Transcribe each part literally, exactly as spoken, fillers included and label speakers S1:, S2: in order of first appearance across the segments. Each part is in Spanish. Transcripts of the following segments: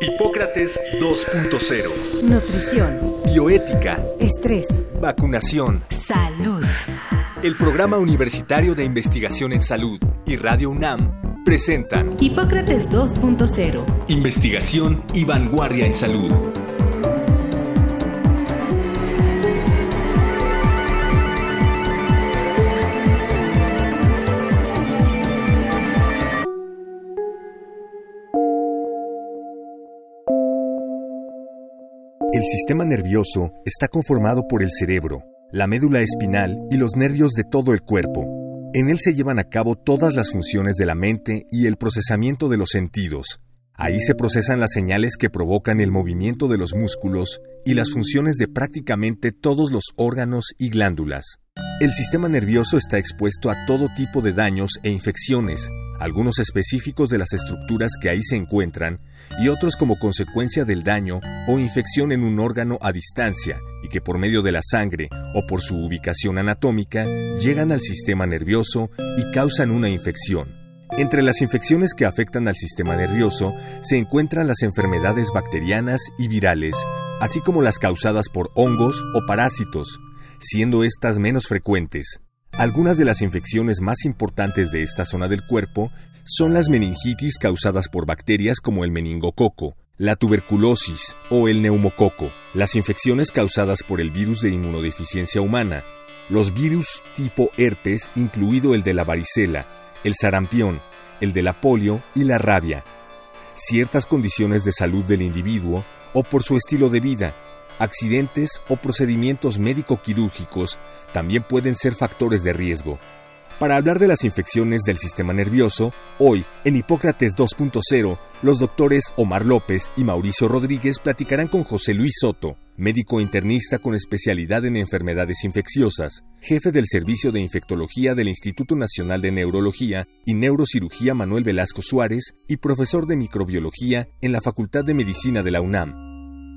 S1: Hipócrates dos punto cero.
S2: Nutrición.
S1: Bioética.
S2: Estrés.
S1: Vacunación.
S2: Salud.
S1: El Programa Universitario de Investigación en Salud y Radio UNAM presentan
S2: Hipócrates dos punto cero.
S1: Investigación y vanguardia en salud.
S3: El sistema nervioso está conformado por el cerebro, la médula espinal y los nervios de todo el cuerpo. En él se llevan a cabo todas las funciones de la mente y el procesamiento de los sentidos. Ahí se procesan las señales que provocan el movimiento de los músculos y las funciones de prácticamente todos los órganos y glándulas. El sistema nervioso está expuesto a todo tipo de daños e infecciones, algunos específicos de las estructuras que ahí se encuentran y otros como consecuencia del daño o infección en un órgano a distancia y que por medio de la sangre o por su ubicación anatómica llegan al sistema nervioso y causan una infección. Entre las infecciones que afectan al sistema nervioso se encuentran las enfermedades bacterianas y virales, así como las causadas por hongos o parásitos, siendo estas menos frecuentes. Algunas de las infecciones más importantes de esta zona del cuerpo son las meningitis causadas por bacterias como el meningococo, la tuberculosis o el neumococo, las infecciones causadas por el virus de inmunodeficiencia humana, los virus tipo herpes, incluido el de la varicela, el sarampión, el de la polio y la rabia, ciertas condiciones de salud del individuo o por su estilo de vida, accidentes o procedimientos médico-quirúrgicos también pueden ser factores de riesgo. Para hablar de las infecciones del sistema nervioso, hoy, en Hipócrates dos punto cero, los doctores Omar López y Mauricio Rodríguez platicarán con José Luis Soto, médico internista con especialidad en enfermedades infecciosas, jefe del Servicio de Infectología del Instituto Nacional de Neurología y Neurocirugía Manuel Velasco Suárez y profesor de microbiología en la Facultad de Medicina de la UNAM.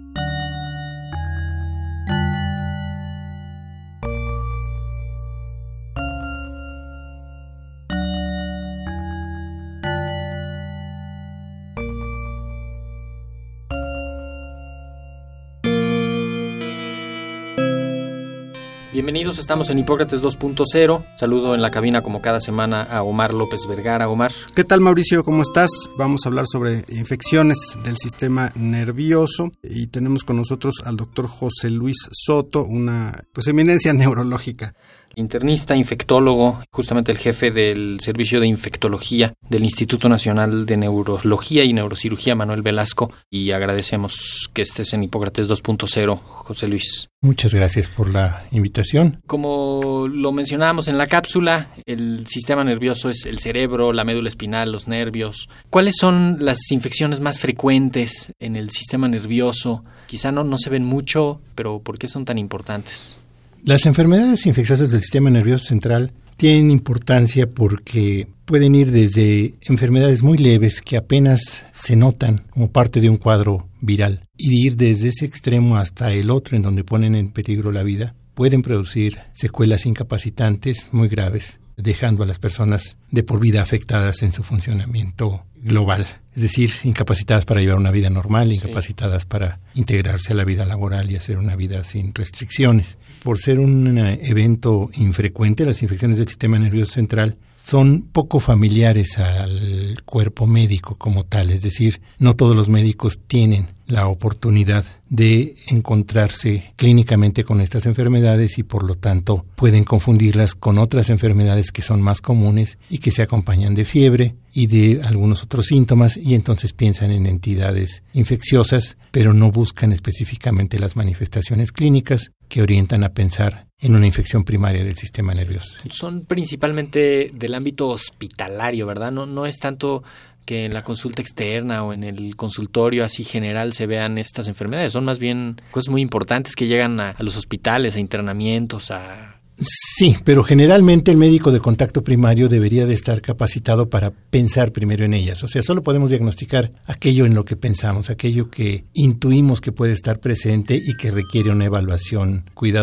S4: Bienvenidos, estamos en Hipócrates dos punto cero. Saludo en la cabina como cada semana a Omar López Vergara. Omar.
S5: ¿Qué tal, Mauricio? ¿Cómo estás? Vamos a hablar sobre infecciones del sistema nervioso y tenemos con nosotros al doctor José Luis Soto, una pues eminencia neurológica.
S4: Internista, infectólogo, justamente el jefe del Servicio de Infectología del Instituto Nacional de Neurología y Neurocirugía Manuel Velasco, y agradecemos que estés en Hipócrates dos punto cero, José Luis.
S6: Muchas gracias por la invitación.
S4: Como lo mencionábamos en la cápsula, el sistema nervioso es el cerebro, la médula espinal, los nervios. ¿Cuáles son las infecciones más frecuentes en el sistema nervioso? Quizá no, no se ven mucho, pero ¿por qué son tan importantes?
S6: Las enfermedades infecciosas del sistema nervioso central tienen importancia porque pueden ir desde enfermedades muy leves que apenas se notan como parte de un cuadro viral y ir desde ese extremo hasta el otro en donde ponen en peligro la vida. Pueden producir secuelas incapacitantes muy graves, dejando a las personas de por vida afectadas en su funcionamiento global. Es decir, incapacitadas para llevar una vida normal, incapacitadas sí. para integrarse a la vida laboral y hacer una vida sin restricciones. Por ser un evento infrecuente, las infecciones del sistema nervioso central son poco familiares al cuerpo médico como tal. Es decir, no todos los médicos tienen la oportunidad de encontrarse clínicamente con estas enfermedades y por lo tanto pueden confundirlas con otras enfermedades que son más comunes y que se acompañan de fiebre y de algunos otros síntomas, y entonces piensan en entidades infecciosas, pero no buscan específicamente las manifestaciones clínicas que orientan a pensar en una infección primaria del sistema nervioso.
S4: Son principalmente del ámbito hospitalario, ¿verdad? No, no es tanto que en la consulta externa o en el consultorio así general se vean estas enfermedades. Son más bien cosas muy importantes que llegan a, a los hospitales, a internamientos, a...
S6: Sí, pero generalmente el médico de contacto primario debería de estar capacitado para pensar primero en ellas. O sea, solo podemos diagnosticar aquello en lo que pensamos, aquello que intuimos que puede estar presente y que requiere una evaluación cuidadosa.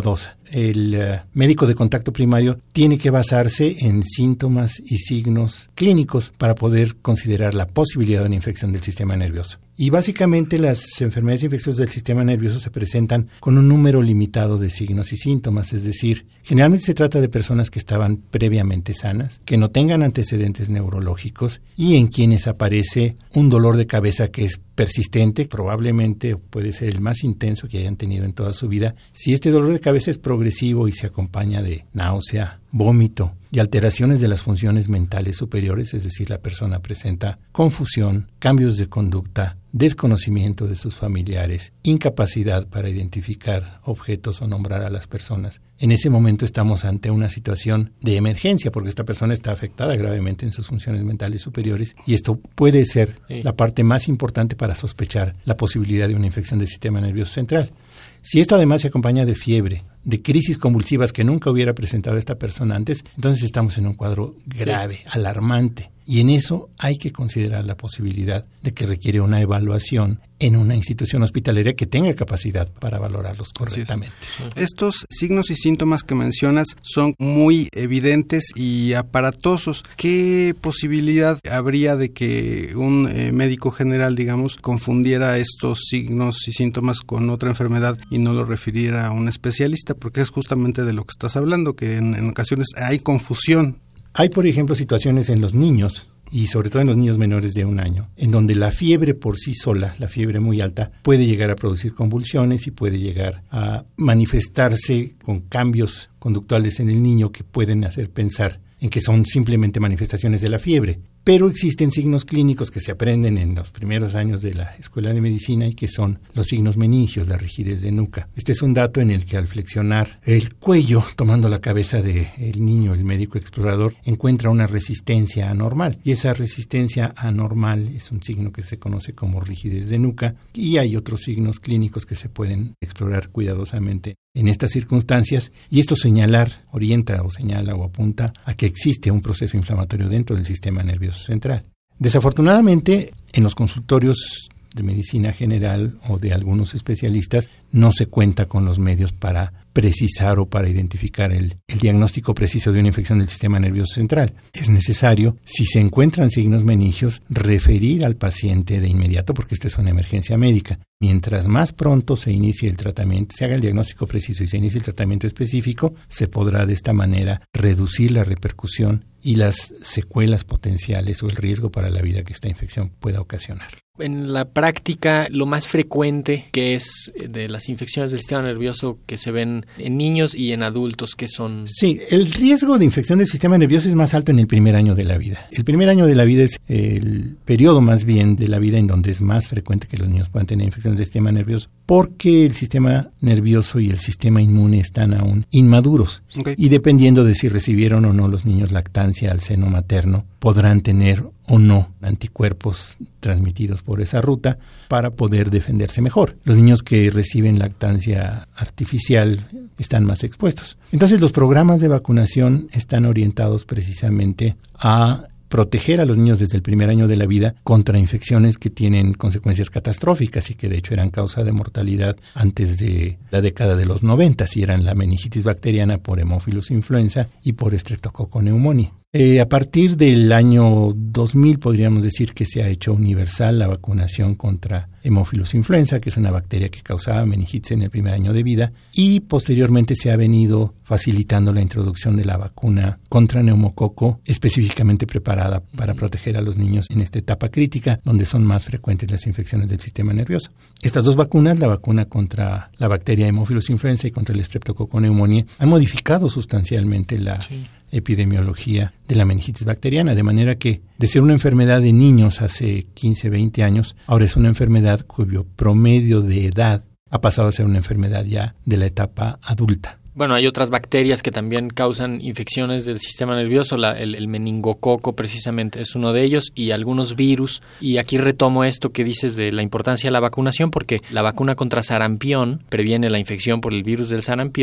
S6: el uh, médico de contacto primario tiene que basarse en síntomas y signos clínicos para poder considerar la posibilidad de una infección del sistema nervioso. Y básicamente las enfermedades infecciosas del sistema nervioso se presentan con un número limitado de signos y síntomas, es decir, generalmente se trata de personas que estaban previamente sanas, que no tengan antecedentes neurológicos y en quienes aparece un dolor de cabeza que es persistente, probablemente puede ser el más intenso que hayan tenido en toda su vida. Si este dolor de cabeza es progresivo y se acompaña de náusea, vómito y alteraciones de las funciones mentales superiores, es decir, la persona presenta confusión, cambios de conducta, desconocimiento de sus familiares, incapacidad para identificar objetos o nombrar a las personas. En ese momento estamos ante una situación de emergencia porque esta persona está afectada gravemente en sus funciones mentales superiores y esto puede ser sí. la parte más importante para sospechar la posibilidad de una infección del sistema nervioso central. Si esto además se acompaña de fiebre, de crisis convulsivas que nunca hubiera presentado esta persona antes, entonces estamos en un cuadro grave, sí. alarmante. Y en eso hay que considerar la posibilidad de que requiere una evaluación en una institución hospitalaria que tenga capacidad para valorarlos correctamente.
S5: Es. Estos signos y síntomas que mencionas son muy evidentes y aparatosos. ¿Qué posibilidad habría de que un eh, médico general, digamos, confundiera estos signos y síntomas con otra enfermedad y no lo refiriera a un especialista? Porque es justamente de lo que estás hablando, que en, en ocasiones hay confusión.
S6: Hay, por ejemplo, situaciones en los niños, y sobre todo en los niños menores de un año, en donde la fiebre por sí sola, la fiebre muy alta, puede llegar a producir convulsiones y puede llegar a manifestarse con cambios conductuales en el niño que pueden hacer pensar en que son simplemente manifestaciones de la fiebre. Pero existen signos clínicos que se aprenden en los primeros años de la escuela de medicina y que son los signos meningios, la rigidez de nuca. Este es un dato en el que al flexionar el cuello, tomando la cabeza del niño, el médico explorador encuentra una resistencia anormal. Y esa resistencia anormal es un signo que se conoce como rigidez de nuca y hay otros signos clínicos que se pueden explorar cuidadosamente en estas circunstancias, y esto señalar, orienta o señala o apunta a que existe un proceso inflamatorio dentro del sistema nervioso central. Desafortunadamente, en los consultorios de medicina general o de algunos especialistas no se cuenta con los medios para precisar o para identificar el, el diagnóstico preciso de una infección del sistema nervioso central. Es necesario, si se encuentran signos meningios, referir al paciente de inmediato porque esta es una emergencia médica. Mientras más pronto se inicie el tratamiento, se haga el diagnóstico preciso y se inicie el tratamiento específico, se podrá de esta manera reducir la repercusión y las secuelas potenciales o el riesgo para la vida que esta infección pueda ocasionar.
S4: En la práctica, lo más frecuente que es de las infecciones del sistema nervioso que se ven en niños y en adultos, que son...
S6: Sí, el riesgo de infección del sistema nervioso es más alto en el primer año de la vida. El primer año de la vida es el periodo más bien de la vida en donde es más frecuente que los niños puedan tener infección del sistema nervioso, porque el sistema nervioso y el sistema inmune están aún inmaduros. Okay. Y dependiendo de si recibieron o no los niños lactancia al seno materno, podrán tener o no anticuerpos transmitidos por esa ruta para poder defenderse mejor. Los niños que reciben lactancia artificial están más expuestos. Entonces, los programas de vacunación están orientados precisamente a proteger a los niños desde el primer año de la vida contra infecciones que tienen consecuencias catastróficas y que de hecho eran causa de mortalidad antes de la década de los noventa, y eran la meningitis bacteriana por Haemophilus influenza y por Streptococcus pneumoniae. Eh, a partir del año dos mil podríamos decir que se ha hecho universal la vacunación contra Haemophilus influenza, que es una bacteria que causaba meningitis en el primer año de vida, y posteriormente se ha venido facilitando la introducción de la vacuna contra neumococo específicamente preparada para proteger a los niños en esta etapa crítica donde son más frecuentes las infecciones del sistema nervioso. Estas dos vacunas, la vacuna contra la bacteria Haemophilus influenza y contra el Streptococcus pneumoniae, han modificado sustancialmente la sí. epidemiología de la meningitis bacteriana, de manera que de ser una enfermedad de niños hace quince, veinte años, ahora es una enfermedad cuyo promedio de edad ha pasado a ser una enfermedad ya de la etapa adulta.
S4: Bueno, hay otras bacterias que también causan infecciones del sistema nervioso, la, el, el meningococo precisamente es uno de ellos, y algunos virus. Y aquí retomo esto que dices de la importancia de la vacunación, porque la vacuna contra sarampión previene la infección por el virus del sarampión,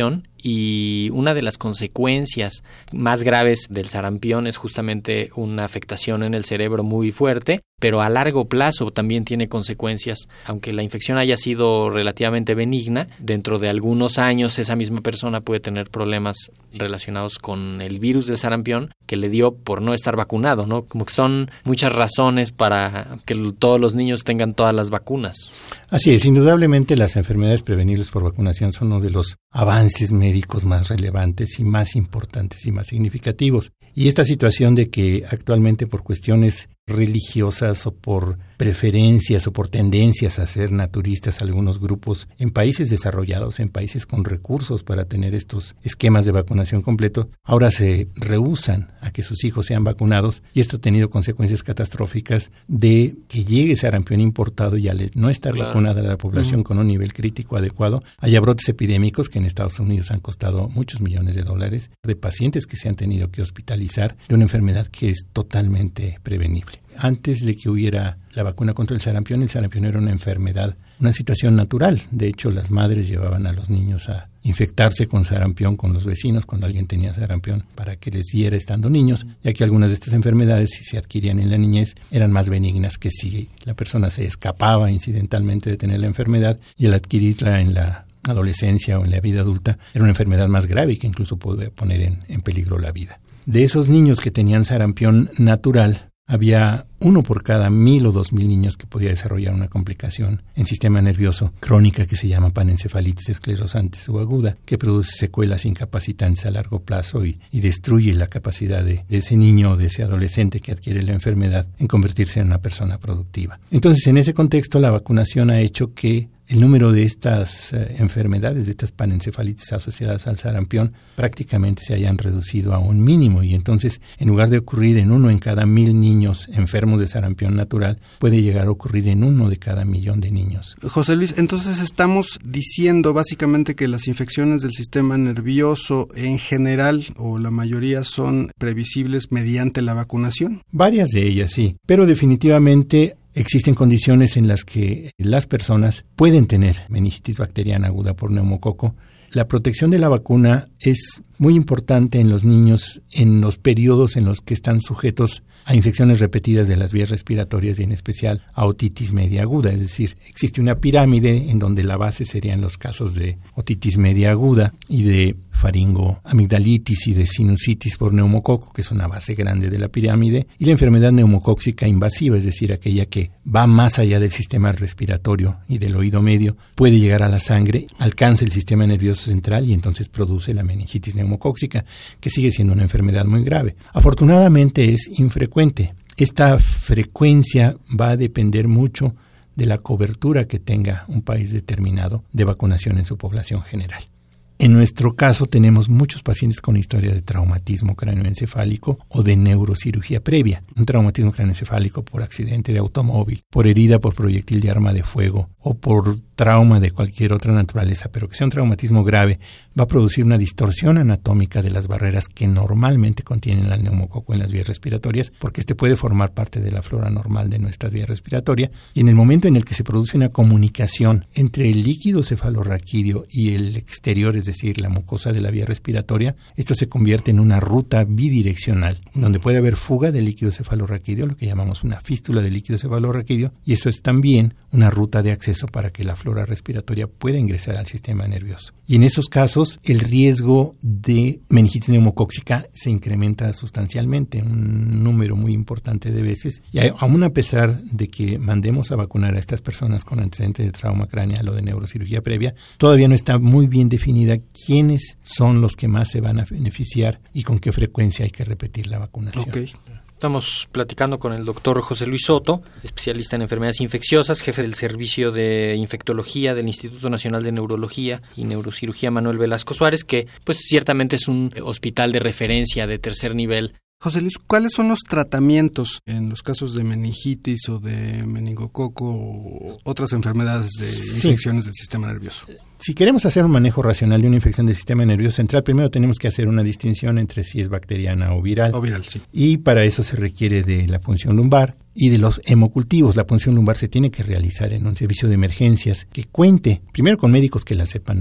S4: y una de las consecuencias más graves del sarampión es justamente una afectación en el cerebro muy fuerte, pero a largo plazo también tiene consecuencias. Aunque la infección haya sido relativamente benigna, dentro de algunos años esa misma persona puede tener problemas relacionados con el virus del sarampión que le dio por no estar vacunado, ¿no? Como que son muchas razones para que todos los niños tengan todas las vacunas.
S6: Así es, indudablemente las enfermedades prevenibles por vacunación son uno de los avances médicos más relevantes y más importantes y más significativos. Y esta situación de que actualmente por cuestiones religiosas o por preferencias o por tendencias a ser naturistas algunos grupos en países desarrollados, en países con recursos para tener estos esquemas de vacunación completo, ahora se rehúsan a que sus hijos sean vacunados, y esto ha tenido consecuencias catastróficas de que llegue sarampión importado y al no estar claro. vacunada la población uh-huh. con un nivel crítico adecuado, haya brotes epidémicos que en Estados Unidos han costado muchos millones de dólares, de pacientes que se han tenido que hospitalizar de una enfermedad que es totalmente prevenible. Antes de que hubiera la vacuna contra el sarampión, el sarampión era una enfermedad, una situación natural. De hecho, las madres llevaban a los niños a infectarse con sarampión con los vecinos cuando alguien tenía sarampión para que les diera estando niños, ya que algunas de estas enfermedades, si se adquirían en la niñez, eran más benignas que si la persona se escapaba incidentalmente de tener la enfermedad, y al adquirirla en la adolescencia o en la vida adulta, era una enfermedad más grave y que incluso podía poner en, en peligro la vida. De esos niños que tenían sarampión natural, había uno por cada mil o dos mil niños que podía desarrollar una complicación en sistema nervioso crónica que se llama panencefalitis esclerosante subaguda, que produce secuelas incapacitantes a largo plazo y, y destruye la capacidad de, de ese niño o de ese adolescente que adquiere la enfermedad en convertirse en una persona productiva. Entonces, en ese contexto, la vacunación ha hecho que el número de estas eh, enfermedades, de estas panencefalitis asociadas al sarampión, prácticamente se hayan reducido a un mínimo, y entonces, en lugar de ocurrir en uno en cada mil niños enfermos de sarampión natural, puede llegar a ocurrir en uno de cada millón de niños.
S5: José Luis, entonces estamos diciendo básicamente que las infecciones del sistema nervioso en general, o la mayoría, son previsibles mediante la vacunación.
S6: Varias de ellas, sí, pero definitivamente existen condiciones en las que las personas pueden tener meningitis bacteriana aguda por neumococo. La protección de la vacuna es muy importante en los niños en los periodos en los que están sujetos a infecciones repetidas de las vías respiratorias y en especial a otitis media aguda. Es decir, existe una pirámide en donde la base serían los casos de otitis media aguda y de faringoamigdalitis y de sinusitis por neumococo, que es una base grande de la pirámide, y la enfermedad neumocóxica invasiva, es decir, aquella que va más allá del sistema respiratorio y del oído medio, puede llegar a la sangre, alcanza el sistema nervioso central y entonces produce la meningitis neumocóxica, que sigue siendo una enfermedad muy grave. Afortunadamente es infrecuente. Esta frecuencia va a depender mucho de la cobertura que tenga un país determinado de vacunación en su población general. En nuestro caso tenemos muchos pacientes con historia de traumatismo cráneoencefálico o de neurocirugía previa. Un traumatismo cráneoencefálico por accidente de automóvil, por herida por proyectil de arma de fuego o por trauma de cualquier otra naturaleza, pero que sea un traumatismo grave, va a producir una distorsión anatómica de las barreras que normalmente contienen el neumococo en las vías respiratorias, porque este puede formar parte de la flora normal de nuestras vías respiratorias, y en el momento en el que se produce una comunicación entre el líquido cefalorraquídeo y el exterior, es decir, la mucosa de la vía respiratoria, esto se convierte en una ruta bidireccional, en donde puede haber fuga de líquido cefalorraquídeo, lo que llamamos una fístula de líquido cefalorraquídeo, y eso es también una ruta de acceso para que la flora respiratoria pueda ingresar al sistema nervioso. Y en esos casos, el riesgo de meningitis neumocóxica se incrementa sustancialmente, un número muy importante de veces, y aún a pesar de que mandemos a vacunar a estas personas con antecedentes de trauma craneal o de neurocirugía previa, todavía no está muy bien definida quiénes son los que más se van a beneficiar y con qué frecuencia hay que repetir la vacunación.
S5: Okay.
S4: Estamos platicando con el doctor José Luis Soto, especialista en enfermedades infecciosas, jefe del Servicio de Infectología del Instituto Nacional de Neurología y Neurocirugía Manuel Velasco Suárez, que pues ciertamente es un hospital de referencia de tercer nivel.
S5: José Luis, ¿cuáles son los tratamientos en los casos de meningitis o de meningococo o otras enfermedades de
S6: sí.
S5: infecciones del sistema nervioso?
S6: Si queremos hacer un manejo racional de una infección del sistema nervioso central, primero tenemos que hacer una distinción entre si es bacteriana o viral.
S5: O viral, sí.
S6: Y para eso se requiere de la punción lumbar y de los hemocultivos. La punción lumbar se tiene que realizar en un servicio de emergencias que cuente, primero con médicos que la sepan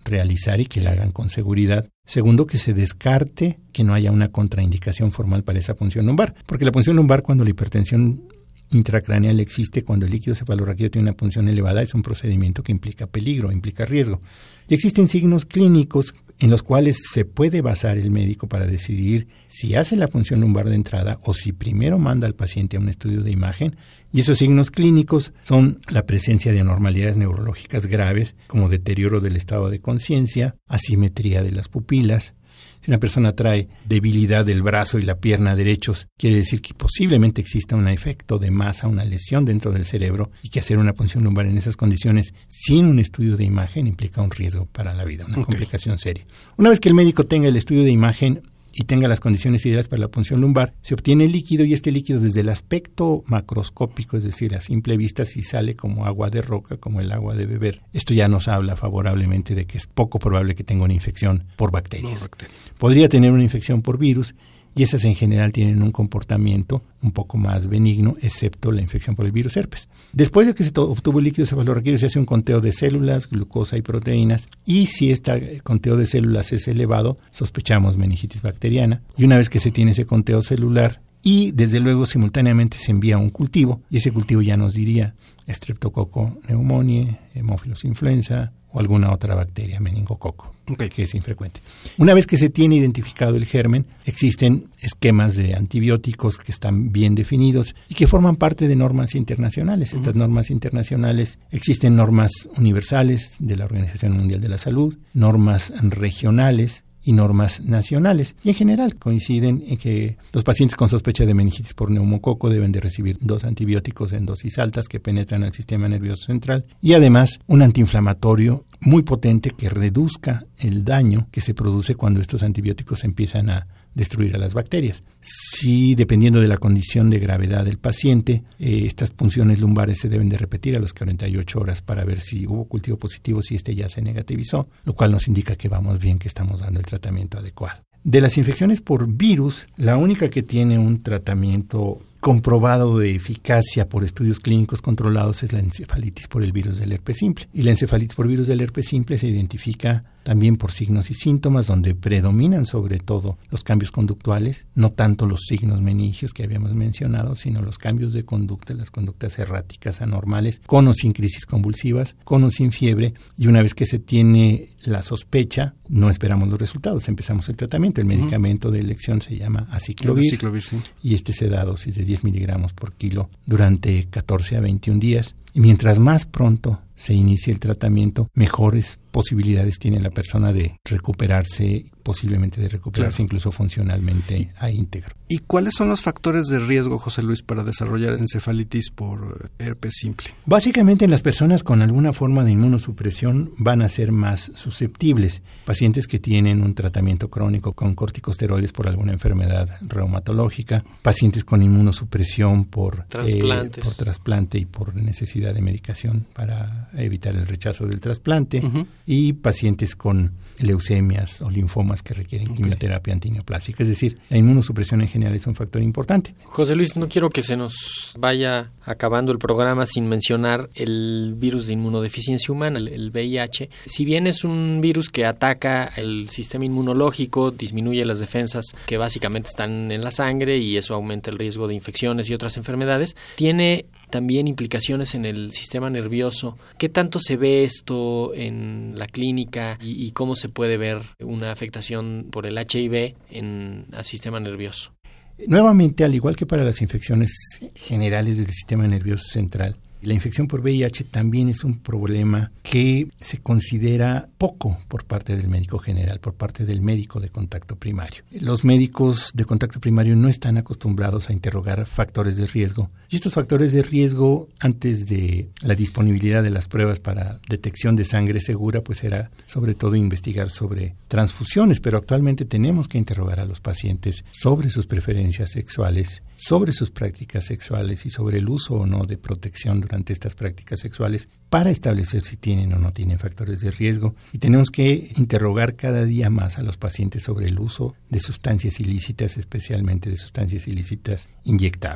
S6: realizar y que la hagan con seguridad. Segundo, que se descarte que no haya una contraindicación formal para esa punción lumbar, porque la punción lumbar, cuando la hipertensión intracraneal existe, cuando el líquido cefalorraquídeo tiene una punción elevada, es un procedimiento que implica peligro, implica riesgo. Y existen signos clínicos en los cuales se puede basar el médico para decidir si hace la punción lumbar de entrada o si primero manda al paciente a un estudio de imagen. Y esos signos clínicos son la presencia de anormalidades neurológicas graves, como deterioro del estado de conciencia, asimetría de las pupilas. Si una persona trae debilidad del brazo y la pierna derechos, quiere decir que posiblemente exista un efecto de masa, una lesión dentro del cerebro, y que hacer una punción lumbar en esas condiciones sin un estudio de imagen implica un riesgo para la vida, una okay. complicación seria. Una vez que el médico tenga el estudio de imagen y tenga las condiciones ideales para la punción lumbar, se obtiene el líquido, y este líquido, desde el aspecto macroscópico, es decir, a simple vista, si sale como agua de roca, como el agua de beber, esto ya nos habla favorablemente de que es poco probable que tenga una infección por bacterias. No, bacterias. Podría tener una infección por virus, y esas en general tienen un comportamiento un poco más benigno, excepto la infección por el virus herpes. Después de que se obtuvo el líquido cefalorraquídeo, se hace un conteo de células, glucosa y proteínas, y si este conteo de células es elevado, sospechamos meningitis bacteriana. Y una vez que se tiene ese conteo celular, y desde luego simultáneamente se envía un cultivo, y ese cultivo ya nos diría Streptococcus pneumoniae, Haemophilus influenza o alguna otra bacteria, meningococo, okay. que es infrecuente. Una vez que se tiene identificado el germen, existen esquemas de antibióticos que están bien definidos y que forman parte de normas internacionales. Uh-huh. Estas normas internacionales, existen normas universales de la Organización Mundial de la Salud, normas regionales y normas nacionales. Y en general coinciden en que los pacientes con sospecha de meningitis por neumococo deben de recibir dos antibióticos en dosis altas que penetran al sistema nervioso central, y además un antiinflamatorio muy potente que reduzca el daño que se produce cuando estos antibióticos empiezan a destruir a las bacterias. Si, dependiendo de la condición de gravedad del paciente, eh, estas punciones lumbares se deben de repetir a las cuarenta y ocho horas para ver si hubo cultivo positivo, si este ya se negativizó, lo cual nos indica que vamos bien, que estamos dando el tratamiento adecuado. De las infecciones por virus, la única que tiene un tratamiento comprobado de eficacia por estudios clínicos controlados es la encefalitis por el virus del herpes simple. Y la encefalitis por virus del herpes simple se identifica también por signos y síntomas, donde predominan sobre todo los cambios conductuales, no tanto los signos meningios que habíamos mencionado, sino los cambios de conducta, las conductas erráticas anormales, con o sin crisis convulsivas, con o sin fiebre. Y una vez que se tiene la sospecha, no esperamos los resultados, empezamos el tratamiento. El medicamento uh-huh. de elección se llama aciclovir, aciclovir sí. y este se da a dosis de diez miligramos por kilo durante catorce a veintiún días. Y mientras más pronto se inicie el tratamiento, mejores posibilidades tiene la persona de recuperarse, posiblemente de recuperarse claro. incluso funcionalmente a íntegro.
S5: ¿Y cuáles son los factores de riesgo, José Luis, para desarrollar encefalitis por herpes simple?
S6: Básicamente, en las personas con alguna forma de inmunosupresión van a ser más susceptibles. Pacientes que tienen un tratamiento crónico con corticosteroides por alguna enfermedad reumatológica, pacientes con inmunosupresión por
S4: trasplantes,
S6: eh, por trasplante y por necesidad de medicación para evitar el rechazo del trasplante, uh-huh. y pacientes con leucemias o linfomas que requieren okay. quimioterapia antineoplásica. Es decir, la inmunosupresión en general es un factor importante.
S4: José Luis, no quiero que se nos vaya acabando el programa sin mencionar el virus de inmunodeficiencia humana, el, el V I H. Si bien es un virus que ataca el sistema inmunológico, disminuye las defensas que básicamente están en la sangre y eso aumenta el riesgo de infecciones y otras enfermedades, tiene también implicaciones en el sistema nervioso. ¿Qué tanto se ve esto en la clínica y, y cómo se puede ver una afectación por el H I V en el sistema nervioso?
S6: Nuevamente, al igual que para las infecciones generales del sistema nervioso central, la infección por V I H también es un problema que se considera poco por parte del médico general, por parte del médico de contacto primario. Los médicos de contacto primario no están acostumbrados a interrogar factores de riesgo. Y estos factores de riesgo, antes de la disponibilidad de las pruebas para detección de sangre segura, pues era sobre todo investigar sobre transfusiones, pero actualmente tenemos que interrogar a los pacientes sobre sus preferencias sexuales, sobre sus prácticas sexuales y sobre el uso o no de protección durante estas prácticas sexuales para establecer si tienen o no tienen factores de riesgo. Y tenemos que interrogar cada día más a los pacientes sobre el uso de sustancias ilícitas, especialmente de sustancias ilícitas inyectables.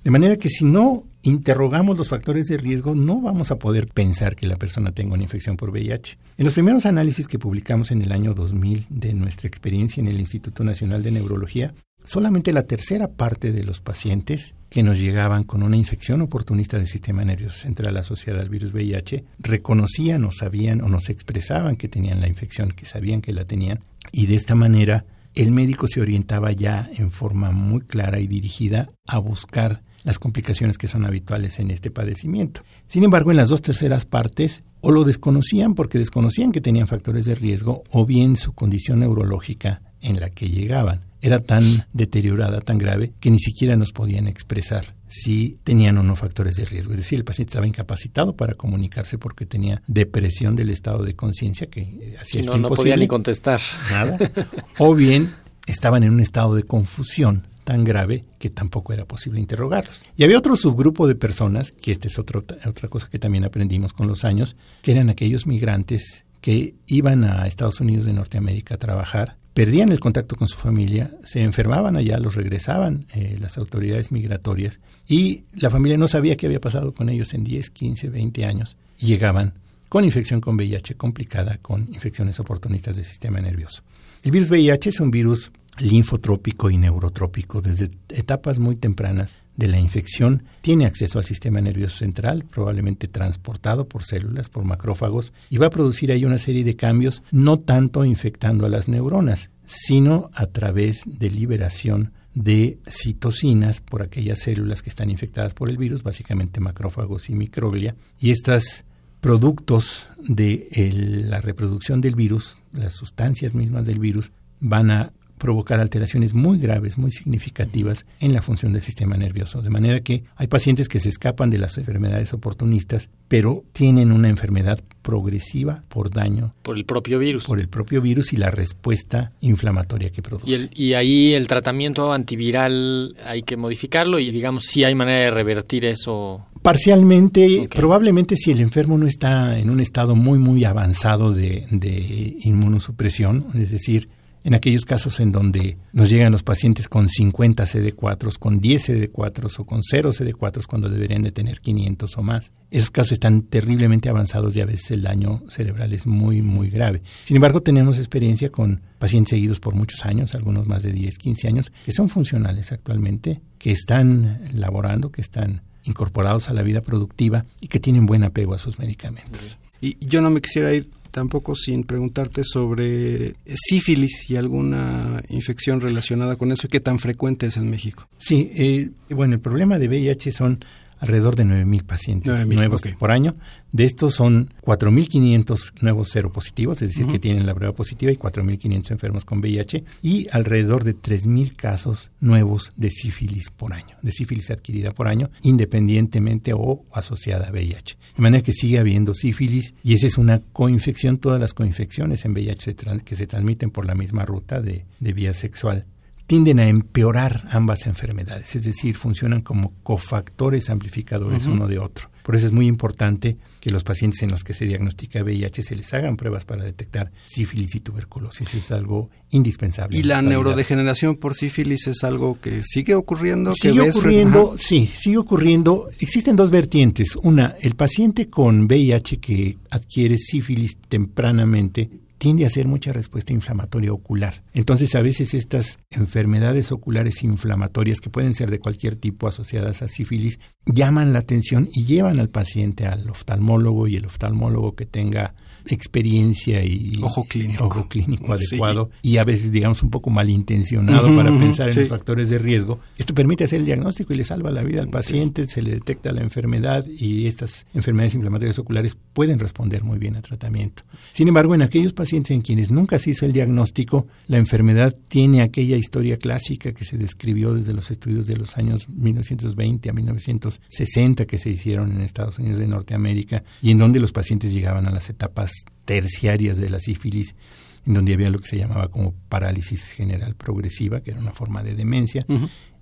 S6: De manera que si no interrogamos los factores de riesgo, no vamos a poder pensar que la persona tenga una infección por V I H. En los primeros análisis que publicamos en el año dos mil de nuestra experiencia en el Instituto Nacional de Neurología, solamente la tercera parte de los pacientes que nos llegaban con una infección oportunista del sistema nervioso central asociada al virus V I H reconocían o sabían o nos expresaban que tenían la infección, que sabían que la tenían, y de esta manera el médico se orientaba ya en forma muy clara y dirigida a buscar las complicaciones que son habituales en este padecimiento. Sin embargo, en las dos terceras partes, o lo desconocían porque desconocían que tenían factores de riesgo, o bien su condición neurológica en la que llegaban era tan deteriorada, tan grave, que ni siquiera nos podían expresar si tenían o no factores de riesgo. Es decir, el paciente estaba incapacitado para comunicarse porque tenía depresión del estado de conciencia, que hacía esto
S4: no, no
S6: imposible.
S4: podía ni contestar.
S6: Nada. O bien estaban en un estado de confusión tan grave que tampoco era posible interrogarlos. Y había otro subgrupo de personas, que esta es otro, otra cosa que también aprendimos con los años, que eran aquellos migrantes que iban a Estados Unidos de Norteamérica a trabajar, perdían el contacto con su familia, se enfermaban allá, los regresaban eh, las autoridades migratorias y la familia no sabía qué había pasado con ellos en diez, quince, veinte años y llegaban con infección con V I H complicada, con infecciones oportunistas del sistema nervioso. El virus V I H es un virus linfotrópico y neurotrópico. Desde etapas muy tempranas de la infección tiene acceso al sistema nervioso central, probablemente transportado por células, por macrófagos, y va a producir ahí una serie de cambios, no tanto infectando a las neuronas, sino a través de liberación de citocinas por aquellas células que están infectadas por el virus, básicamente macrófagos y microglia, y estos productos de el, la reproducción del virus, las sustancias mismas del virus, van a provocar alteraciones muy graves, muy significativas en la función del sistema nervioso. De manera que hay pacientes que se escapan de las enfermedades oportunistas, pero tienen una enfermedad progresiva por daño.
S4: Por el propio virus.
S6: Por el propio virus y la respuesta inflamatoria que produce.
S4: Y, el, y ahí el tratamiento antiviral hay que modificarlo y digamos si hay manera de revertir eso.
S6: Parcialmente, okay. Probablemente si el enfermo no está en un estado muy, muy avanzado de, de inmunosupresión, es decir, en aquellos casos en donde nos llegan los pacientes con cincuenta C D cuatro, con diez C D cuatro o con cero C D cuatro cuando deberían de tener quinientos o más. Esos casos están terriblemente avanzados y a veces el daño cerebral es muy, muy grave. Sin embargo, tenemos experiencia con pacientes seguidos por muchos años, algunos más de diez, quince años, que son funcionales actualmente, que están laborando, que están incorporados a la vida productiva y que tienen buen apego a sus medicamentos.
S5: Y yo no me quisiera ir tampoco sin preguntarte sobre sífilis y alguna infección relacionada con eso y qué tan frecuente es en México.
S6: Sí, eh, bueno, el problema de V I H son alrededor de nueve mil pacientes nueve mil, nuevos okay. por año. De estos son cuatro mil quinientos nuevos seropositivos, es decir, uh-huh. que tienen la prueba positiva y cuatro mil quinientos enfermos con V I H y alrededor de tres mil casos nuevos de sífilis por año, de sífilis adquirida por año, independientemente o asociada a V I H. De manera que sigue habiendo sífilis y esa es una coinfección. Todas las coinfecciones en V I H se tra- que se transmiten por la misma ruta de, de vía sexual tienden a empeorar ambas enfermedades, es decir, funcionan como cofactores amplificadores uh-huh. uno de otro. Por eso es muy importante que los pacientes en los que se diagnostica V I H se les hagan pruebas para detectar sífilis y tuberculosis. Es algo indispensable.
S5: ¿Y la neurodegeneración por sífilis es algo que sigue ocurriendo?
S6: Sigue
S5: que ves
S6: ocurriendo,
S5: re...
S6: sí, sigue ocurriendo. Existen dos vertientes. Una, el paciente con V I H que adquiere sífilis tempranamente tiende a hacer mucha respuesta inflamatoria ocular. Entonces, a veces estas enfermedades oculares inflamatorias, que pueden ser de cualquier tipo asociadas a sífilis, llaman la atención y llevan al paciente al oftalmólogo, y el oftalmólogo que tenga experiencia y
S5: ojo clínico,
S6: ojo clínico adecuado sí. y a veces, digamos, un poco malintencionado uh-huh, para pensar en sí. los factores de riesgo. Esto permite hacer el diagnóstico y le salva la vida al paciente, sí. se le detecta la enfermedad y estas enfermedades inflamatorias oculares pueden responder muy bien al tratamiento. Sin embargo, en aquellos pacientes en quienes nunca se hizo el diagnóstico, la enfermedad tiene aquella historia clásica que se describió desde los estudios de los años mil novecientos veinte a mil novecientos sesenta que se hicieron en Estados Unidos de Norteamérica y en donde los pacientes llegaban a las etapas terciarias de la sífilis, en donde había lo que se llamaba como parálisis general progresiva, que era una forma de demencia, uh-huh.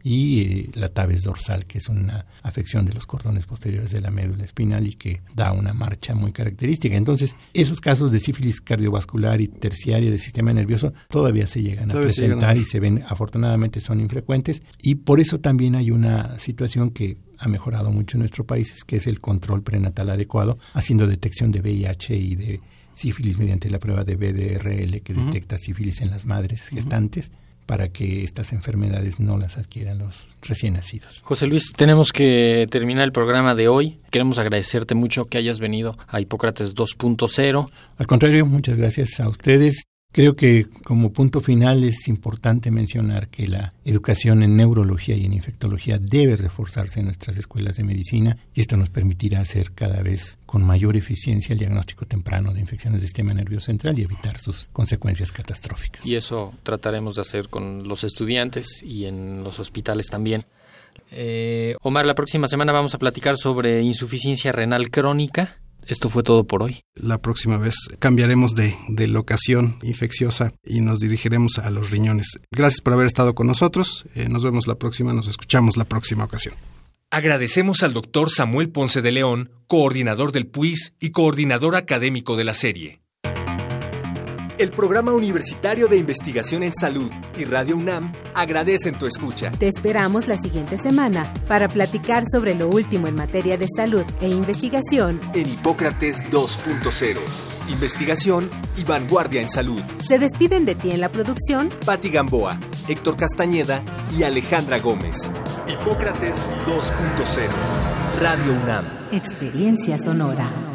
S6: y eh, la tabes dorsal, que es una afección de los cordones posteriores de la médula espinal y que da una marcha muy característica. Entonces, esos casos de sífilis cardiovascular y terciaria del sistema nervioso todavía se llegan todavía a presentar y se ven, afortunadamente son infrecuentes, y por eso también hay una situación que ha mejorado mucho en nuestro país, que es el control prenatal adecuado, haciendo detección de V I H y de sífilis mediante la prueba de B D R L que uh-huh. detecta sífilis en las madres gestantes, uh-huh. para que estas enfermedades no las adquieran los recién nacidos.
S4: José Luis, tenemos que terminar el programa de hoy. Queremos agradecerte mucho que hayas venido a Hipócrates dos punto cero.
S6: Al contrario, muchas gracias a ustedes. Creo que como punto final es importante mencionar que la educación en neurología y en infectología debe reforzarse en nuestras escuelas de medicina, y esto nos permitirá hacer cada vez con mayor eficiencia el diagnóstico temprano de infecciones del sistema nervioso central y evitar sus consecuencias catastróficas.
S4: Y eso trataremos de hacer con los estudiantes y en los hospitales también. Eh, Omar, la próxima semana vamos a platicar sobre insuficiencia renal crónica. Esto fue todo por hoy.
S5: La próxima vez cambiaremos de, de locación infecciosa y nos dirigiremos a los riñones. Gracias por haber estado con nosotros. Eh, nos vemos la próxima, nos escuchamos la próxima ocasión.
S1: Agradecemos al doctor Samuel Ponce de León, coordinador del P U I S y coordinador académico de la serie. El Programa Universitario de Investigación en Salud y Radio UNAM agradecen tu escucha.
S2: Te esperamos la siguiente semana para platicar sobre lo último en materia de salud e investigación
S1: en Hipócrates dos punto cero. Investigación y vanguardia en salud.
S2: Se despiden de ti en la producción
S1: Patti Gamboa, Héctor Castañeda y Alejandra Gómez. Hipócrates dos punto cero. Radio UNAM.
S2: Experiencia sonora.